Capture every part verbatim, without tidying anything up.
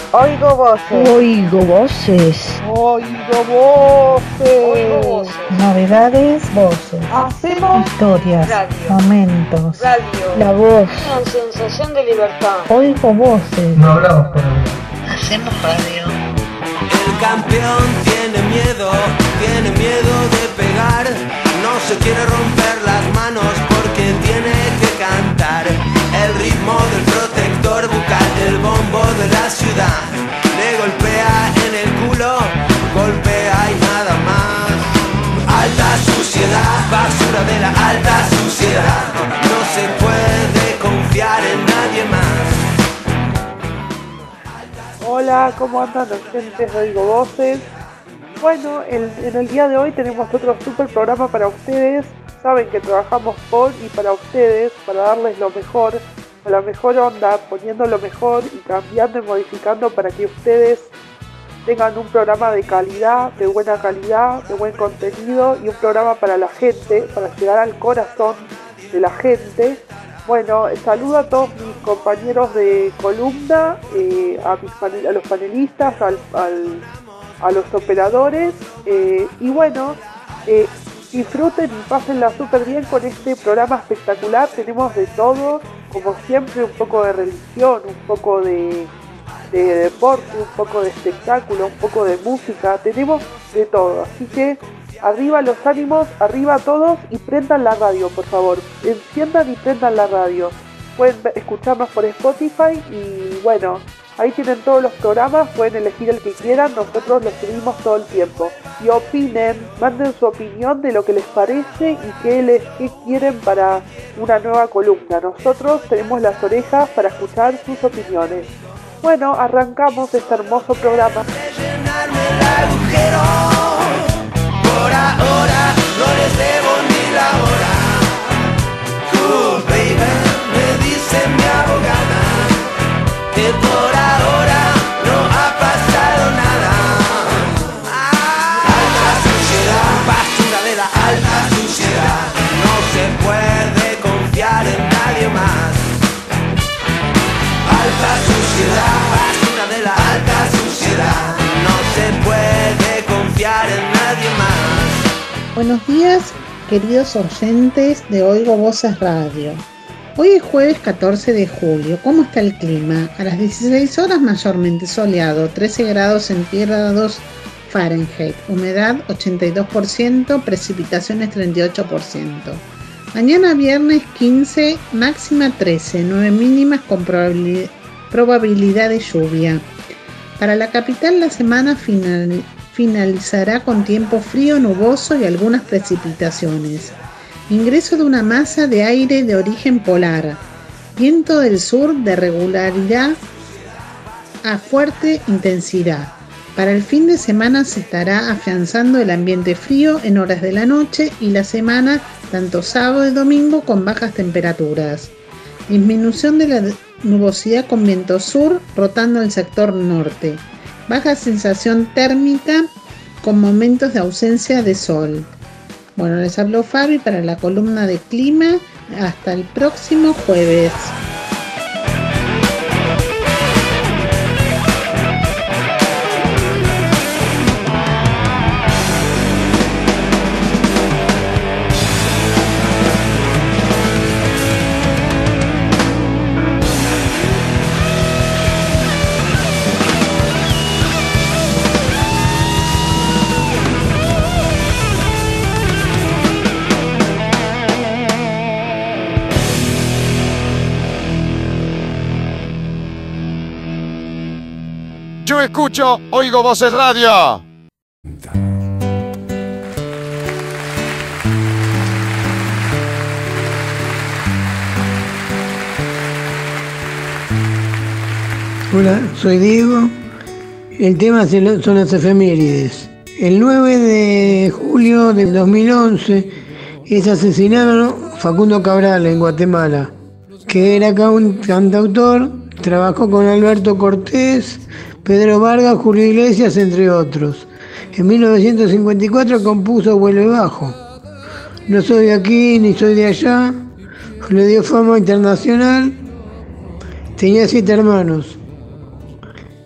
Oigo voces. Oigo voces. Oigo voces. Oigo voces. Novedades, voces. Hacemos historias, radio. momentos. Radio. La voz. Una sensación de libertad. Oigo voces. No hablamos por hablar. Hacemos radio. El campeón tiene miedo, tiene miedo de pegar. No se quiere romper las manos porque tiene que cantar. El ritmo del protector bucal del bombo de la ciudad. Le golpea en el culo, golpea y nada más. Alta suciedad, basura de la alta suciedad. No se puede confiar en nadie más. Hola, ¿cómo andan los oyentes de Oigo Voces? Bueno, el, en el día de hoy tenemos otro super programa para ustedes. Saben que trabajamos por y para ustedes, para darles lo mejor, con la mejor onda, poniendo lo mejor y cambiando y modificando para que ustedes tengan un programa de calidad, de buena calidad, de buen contenido y un programa para la gente, para llegar al corazón de la gente. Bueno, saludo a todos mis compañeros de columna, eh, a, mis panel, a los panelistas, al, al, a los operadores eh, y bueno, eh, disfruten y pásenla súper bien con este programa espectacular. Tenemos de todo, como siempre, un poco de religión, un poco de, de deporte, un poco de espectáculo, un poco de música, tenemos de todo, así que arriba los ánimos, arriba todos y prendan la radio, por favor. Enciendan y prendan la radio. Pueden escucharnos por Spotify y bueno, ahí tienen todos los programas, pueden elegir el que quieran, nosotros los subimos todo el tiempo. Y opinen, manden su opinión de lo que les parece y qué, les, qué quieren para una nueva columna. Nosotros tenemos las orejas para escuchar sus opiniones. Bueno, arrancamos este hermoso programa. Por ahora no les debo ni la hora. Cool baby, me dice mi abogada, que por ahora no ha pasado nada. Alta suciedad, basura de la alta suciedad. No se puede confiar en nadie más. Alta suciedad, basura de la alta suciedad. No se puede confiar en nadie más. Buenos días, queridos oyentes de Oigo Voces Radio. Hoy es jueves catorce de julio. ¿Cómo está el clima? A las dieciséis horas mayormente soleado, trece grados centígrados Fahrenheit, humedad ochenta y dos por ciento, precipitaciones treinta y ocho por ciento. Mañana viernes quince, máxima trece, nueve mínimas con probabilidad, probabilidad de lluvia. Para la capital la semana final, finalizará con tiempo frío, nuboso y algunas precipitaciones. Ingreso de una masa de aire de origen polar. Viento del sur de regularidad a fuerte intensidad. Para el fin de semana se estará afianzando el ambiente frío en horas de la noche y la semana, tanto sábado y domingo, con bajas temperaturas. Disminución de la nubosidad con viento sur rotando el sector norte. Baja sensación térmica con momentos de ausencia de sol. Bueno, les habló Fabi para la columna de clima. Hasta el próximo jueves. Yo escucho Oigo Voces Radio. Hola, soy Diego. El tema son las efemérides. El nueve de julio del dos mil once es asesinado Facundo Cabral en Guatemala, que era un cantautor, trabajó con Alberto Cortés, Pedro Vargas, Julio Iglesias, entre otros. En mil novecientos cincuenta y cuatro compuso Vuelve Bajo. No soy de aquí ni soy de allá. Le dio fama internacional. Tenía siete hermanos.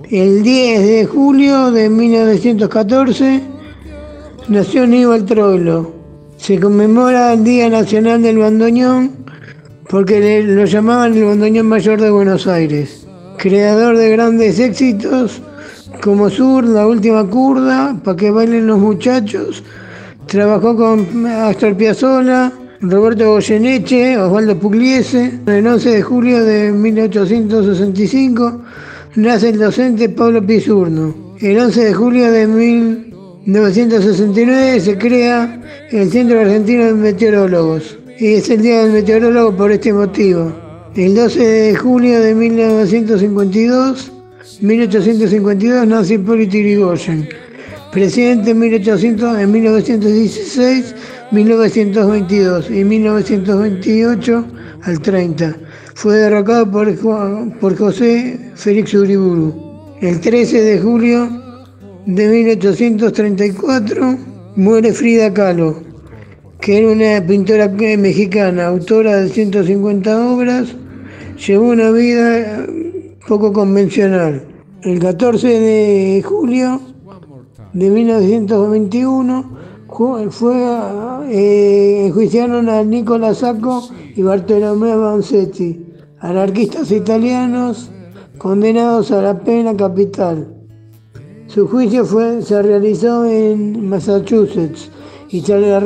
El diez de julio de mil novecientos catorce nació Aníbal Troilo. Se conmemora el Día Nacional del Bandoneón porque le, lo llamaban el bandoneón mayor de Buenos Aires. Creador de grandes éxitos como Sur, La Última Curda, Pa' que bailen los muchachos. Trabajó con Astor Piazzolla, Roberto Goyeneche, Osvaldo Pugliese. El once de julio de mil ochocientos sesenta y cinco nace el docente Pablo Pisurno. El once de julio de mil novecientos sesenta y nueve se crea el Centro Argentino de Meteorólogos. Y es el Día del Meteorólogo por este motivo. El doce de julio de mil novecientos cincuenta y dos, mil ochocientos cincuenta y dos nace Hipólito Yrigoyen. Presidente en, mil ochocientos, en mil novecientos dieciséis, mil novecientos veintidós y mil novecientos veintiocho al treinta. Fue derrocado por, por José Félix Uriburu. El trece de julio de mil ochocientos treinta y cuatro muere Frida Kahlo, que era una pintora mexicana, autora de ciento cincuenta obras. Llevó una vida poco convencional. El catorce de julio de mil novecientos veintiuno fue eh, enjuiciaron a Nicola Sacco y Bartolomeo Vanzetti, anarquistas italianos condenados a la pena capital. Su juicio fue, se realizó en Massachusetts y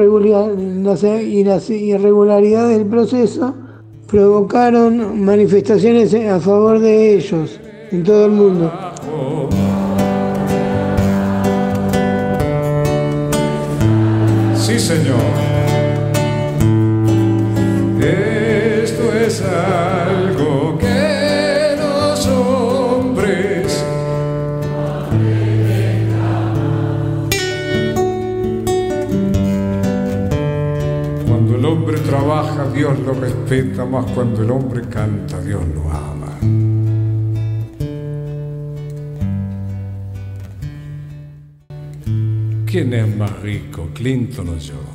las irregularidades del proceso provocaron manifestaciones a favor de ellos en todo el mundo. Sí, señor. Esto es algo que los hombres cuando el hombre trabaja, Dios lo respeta, más cuando el hombre canta, Dios lo ama. ¿Quién es más rico, Clinton o yo?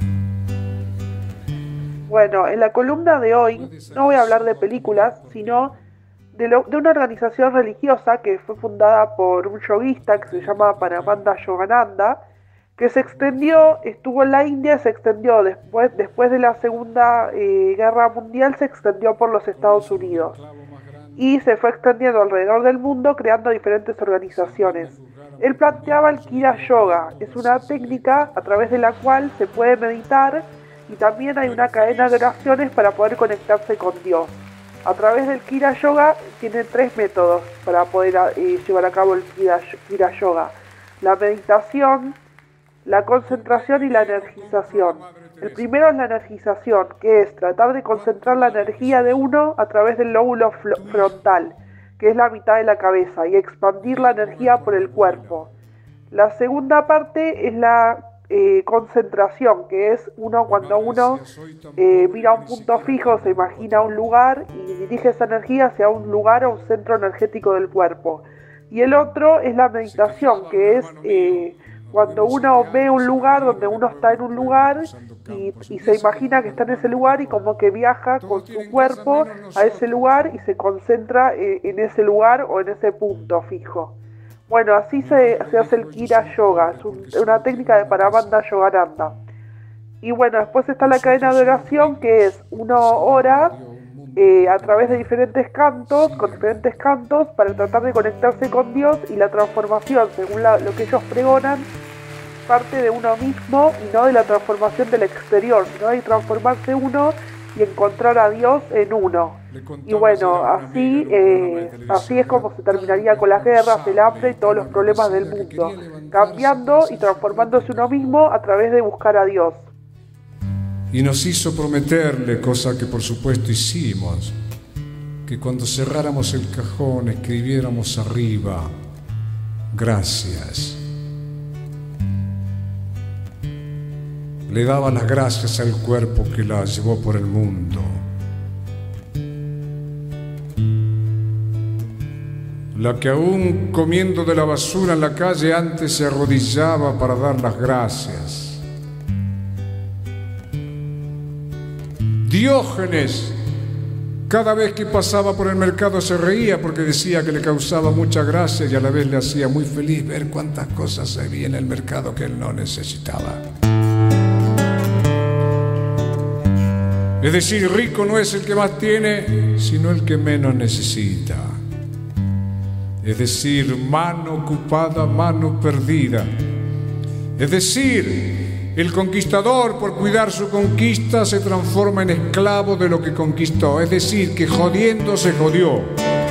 Bueno, en la columna de hoy no voy a hablar de películas, sino de, lo, de una organización religiosa que fue fundada por un yoguista que se llama Paramananda Yogananda, que se extendió, estuvo en la India, se extendió después, después de la Segunda eh, Guerra Mundial, se extendió por los Estados Unidos y se fue extendiendo alrededor del mundo creando diferentes organizaciones. Él planteaba el Kriya Yoga, es una técnica a través de la cual se puede meditar y también hay una cadena de oraciones para poder conectarse con Dios. A través del Kriya Yoga tiene tres métodos para poder eh, llevar a cabo el Kriya, Kriya Yoga: la meditación, la concentración y la energización. El primero es la energización, que es tratar de concentrar la energía de uno a través del lóbulo frontal, que es la mitad de la cabeza, y expandir la energía por el cuerpo. La segunda parte es la eh, concentración, que es uno cuando uno eh, mira un punto fijo, se imagina un lugar y dirige esa energía hacia un lugar o un centro energético del cuerpo. Y el otro es la meditación, que es eh, cuando uno ve un lugar donde uno está en un lugar y, y se imagina que está en ese lugar y como que viaja con su cuerpo a ese lugar y se concentra eh, en ese lugar o en ese punto fijo. Bueno, así se, se hace el Kriya Yoga, es un, una técnica de Paramananda Yogananda. Y bueno, después está la cadena de oración, que es una hora eh, a través de diferentes cantos, con diferentes cantos, para tratar de conectarse con Dios, y la transformación, según la, lo que ellos pregonan, parte de uno mismo y no de la transformación del exterior, sino de transformarse uno y encontrar a Dios en uno. Y bueno, así, eh, así es como se terminaría con las guerras, el hambre y todos los problemas del mundo, cambiando y transformándose uno mismo a través de buscar a Dios. Y nos hizo prometerle, cosa que por supuesto hicimos, que cuando cerráramos el cajón escribiéramos arriba: gracias. Le daba las gracias al cuerpo que la llevó por el mundo. La que aún comiendo de la basura en la calle antes se arrodillaba para dar las gracias. Diógenes, Cada vez que pasaba por el mercado se reía porque decía que le causaba mucha gracia y a la vez le hacía muy feliz ver cuántas cosas había en el mercado que él no necesitaba. Es decir, rico no es el que más tiene, sino el que menos necesita. Es decir, mano ocupada, mano perdida. Es decir, el conquistador, por cuidar su conquista, se transforma en esclavo de lo que conquistó. Es decir, que jodiendo se jodió.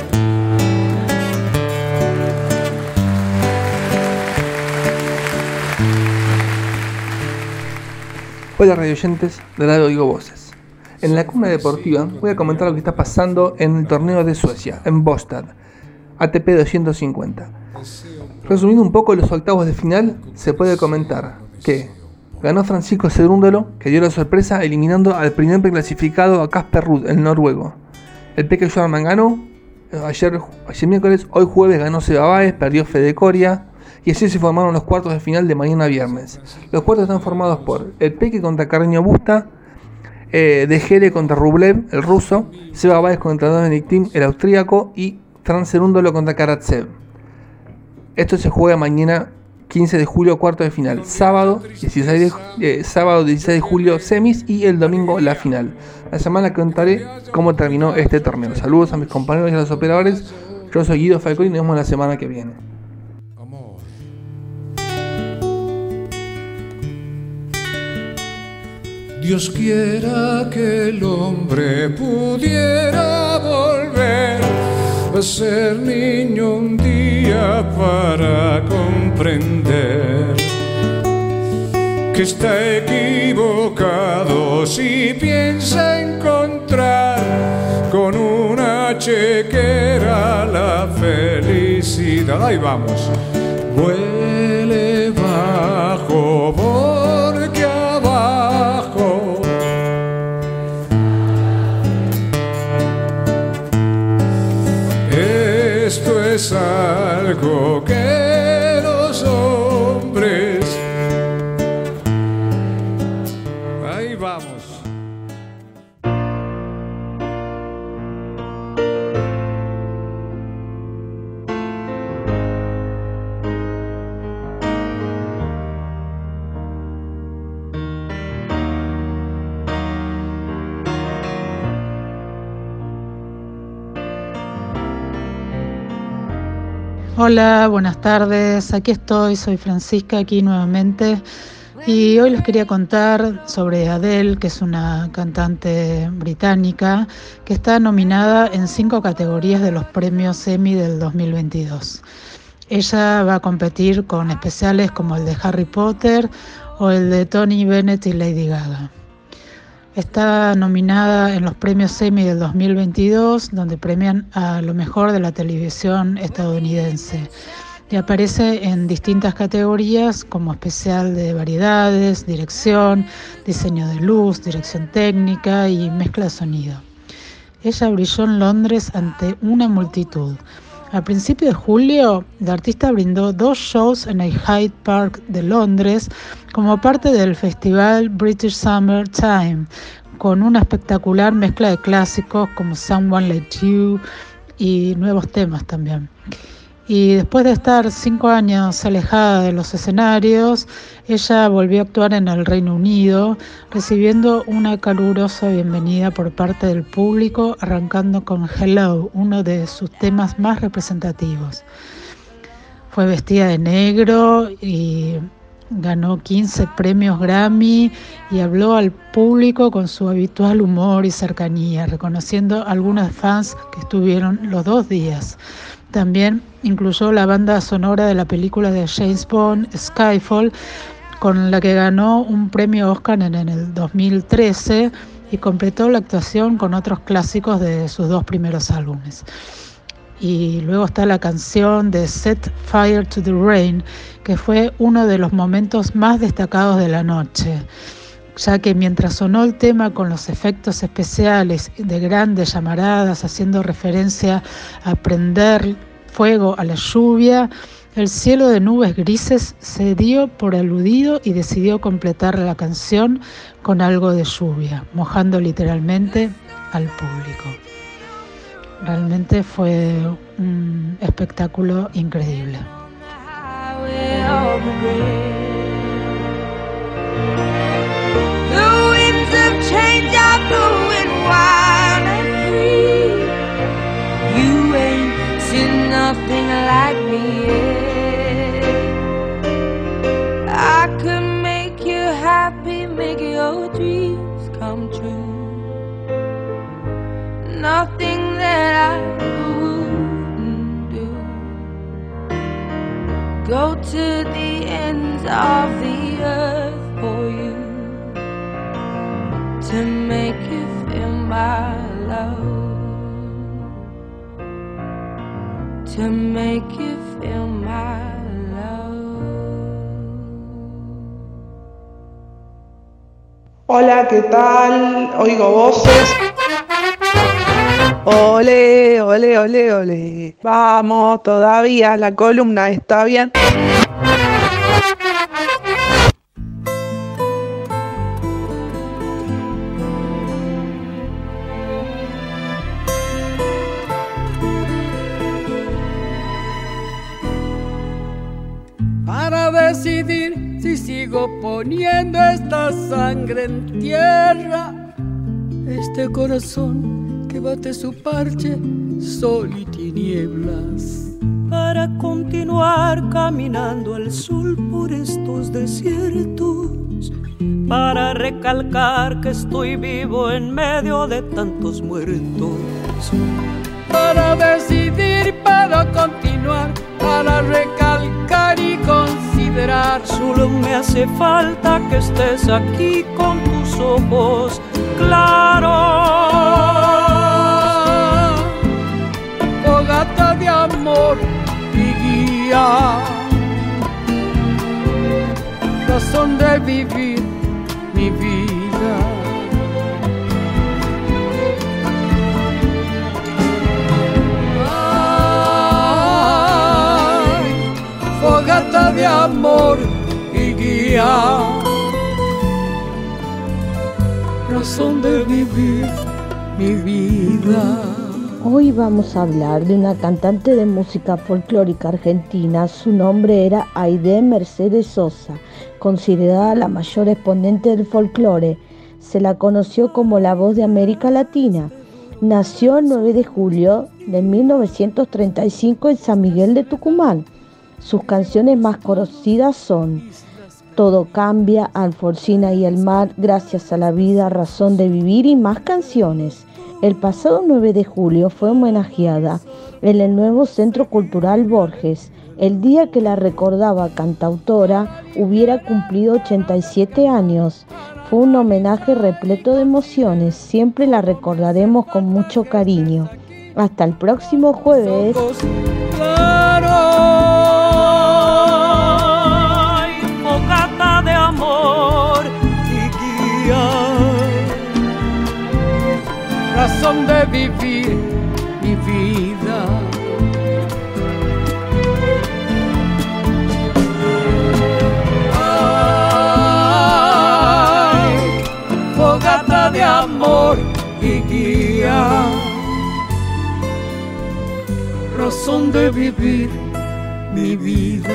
Hola radioyentes de Radio Oigo Voces. En la cuna deportiva voy a comentar lo que está pasando en el torneo de Suecia, en Båstad, A T P doscientos cincuenta. Resumiendo un poco los octavos de final, se puede comentar que ganó Francisco Cerúndolo, que dio la sorpresa eliminando al primer preclasificado a Casper Ruud, el noruego. El Peque Schwarman ganó, ayer, ayer miércoles, hoy jueves ganó Seba Báez, perdió Fede Coria, y así se formaron los cuartos de final de mañana viernes. Los cuartos están formados por el Peque contra Carreño Busta, eh, De Gere contra Rublev, el ruso, Seba Báez contra Dominic Thiem, el austríaco, y Fran Cerúndolo contra Karatsev. Esto se juega mañana quince de julio, cuarto de final. Sábado dieciséis de, eh, sábado dieciséis de julio, semis, y el domingo la final. La semana contaré cómo terminó este torneo. Saludos a mis compañeros y a los operadores. Yo soy Guido Falcón y nos vemos la semana que viene. Dios quiera que el hombre pudiera volver a ser niño un día para comprender que está equivocado si piensa encontrar con una chequera la felicidad. Ahí vamos. Vuele bajo porque abajo esto es algo que los hombres. Ahí vamos. Hola, buenas tardes, aquí estoy, soy Francisca, aquí nuevamente, y hoy les quería contar sobre Adele, que es una cantante británica que está nominada en cinco categorías de los premios Emmy del dos mil veintidós. Ella va a competir con especiales como el de Harry Potter o el de Tony Bennett y Lady Gaga. Está nominada en los premios Emmy del dos mil veintidós, donde premian a lo mejor de la televisión estadounidense. Y aparece en distintas categorías como especial de variedades, dirección, diseño de luz, dirección técnica y mezcla de sonido. Ella brilló en Londres ante una multitud. A principios de julio, la artista brindó dos shows en el Hyde Park de Londres como parte del festival British Summer Time, con una espectacular mezcla de clásicos como Someone Like You y nuevos temas también. Y después de estar cinco años alejada de los escenarios, ella volvió a actuar en el Reino Unido, recibiendo una calurosa bienvenida por parte del público, arrancando con Hello, uno de sus temas más representativos. Fue vestida de negro y ganó quince premios Grammy y habló al público con su habitual humor y cercanía, reconociendo a algunos fans que estuvieron los dos días. También incluyó la banda sonora de la película de James Bond, Skyfall, con la que ganó un premio Oscar en el dos mil trece, y completó la actuación con otros clásicos de sus dos primeros álbumes. Y luego está la canción de Set Fire to the Rain, que fue uno de los momentos más destacados de la noche, ya que mientras sonó el tema con los efectos especiales de grandes llamaradas haciendo referencia a prender fuego a la lluvia, el cielo de nubes grises se dio por aludido y decidió completar la canción con algo de lluvia, mojando literalmente al público. realmente fue un espectáculo increíble. The winds of change are blowing wild and free. You ain't seen nothing like me yet. I could make you happy, make your dreams come true. Nothing that I wouldn't do. Go to the ends of the earth for you, to make you feel my love, to make you feel my love. Hola, ¿qué tal? Oigo voces. Ole, ole, ole, ole. Vamos, todavía la columna está bien. Para decidir si sigo poniendo esta sangre en tierra, este corazón que bate su parche, sol y tinieblas. Para continuar caminando al sol por estos desiertos, para recalcar que estoy vivo en medio de tantos muertos. Para decidir, para continuar, para recalcar y considerar. Solo me hace falta que estés aquí con tus ojos claros. Fogata de amor y guía, razón de vivir mi vida. Ay, fogata de amor y guía, razón de vivir mi vida. Hoy vamos a hablar de una cantante de música folclórica argentina. Su nombre era Aide Mercedes Sosa, considerada la mayor exponente del folclore. Se la conoció como la voz de América Latina. Nació el nueve de julio de mil novecientos treinta y cinco en San Miguel de Tucumán. Sus canciones más conocidas son Todo cambia, Alfonsina y el mar, Gracias a la vida, Razón de vivir y más canciones. El pasado nueve de julio fue homenajeada en el nuevo Centro Cultural Borges. El día que la recordaba cantautora hubiera cumplido ochenta y siete años. Fue un homenaje repleto de emociones. Siempre la recordaremos con mucho cariño. Hasta el próximo jueves. Fogata de amor y guía, razón de vivir mi vida. Ay, fogata de amor y guía, razón de vivir mi vida.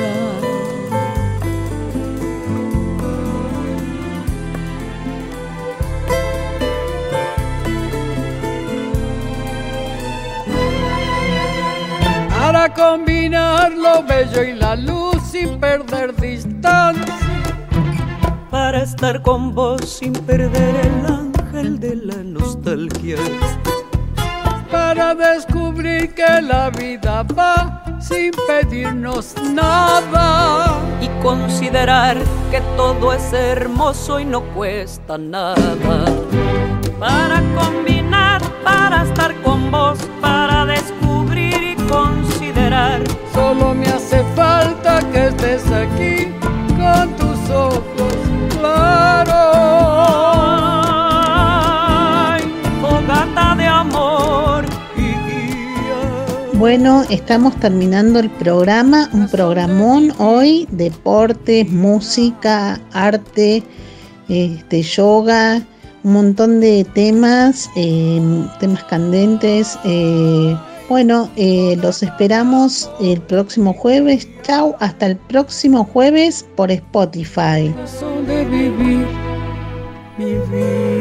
Para combinar lo bello y la luz sin perder distancia, para estar con vos sin perder el ángel de la nostalgia, para descubrir que la vida va sin pedirnos nada y considerar que todo es hermoso y no cuesta nada, para combinar, para estar con vos, para descubrir y considerar. Solo me hace falta que estés aquí con tus ojos claros. Ay, fogata de amor y guía. Bueno, estamos terminando el programa, un programón hoy, deportes, música, arte, este, yoga, un montón de temas, eh, temas candentes. Eh, bueno, eh, los esperamos el próximo jueves. Chau, hasta el próximo jueves por Spotify. Razón de vivir, vivir.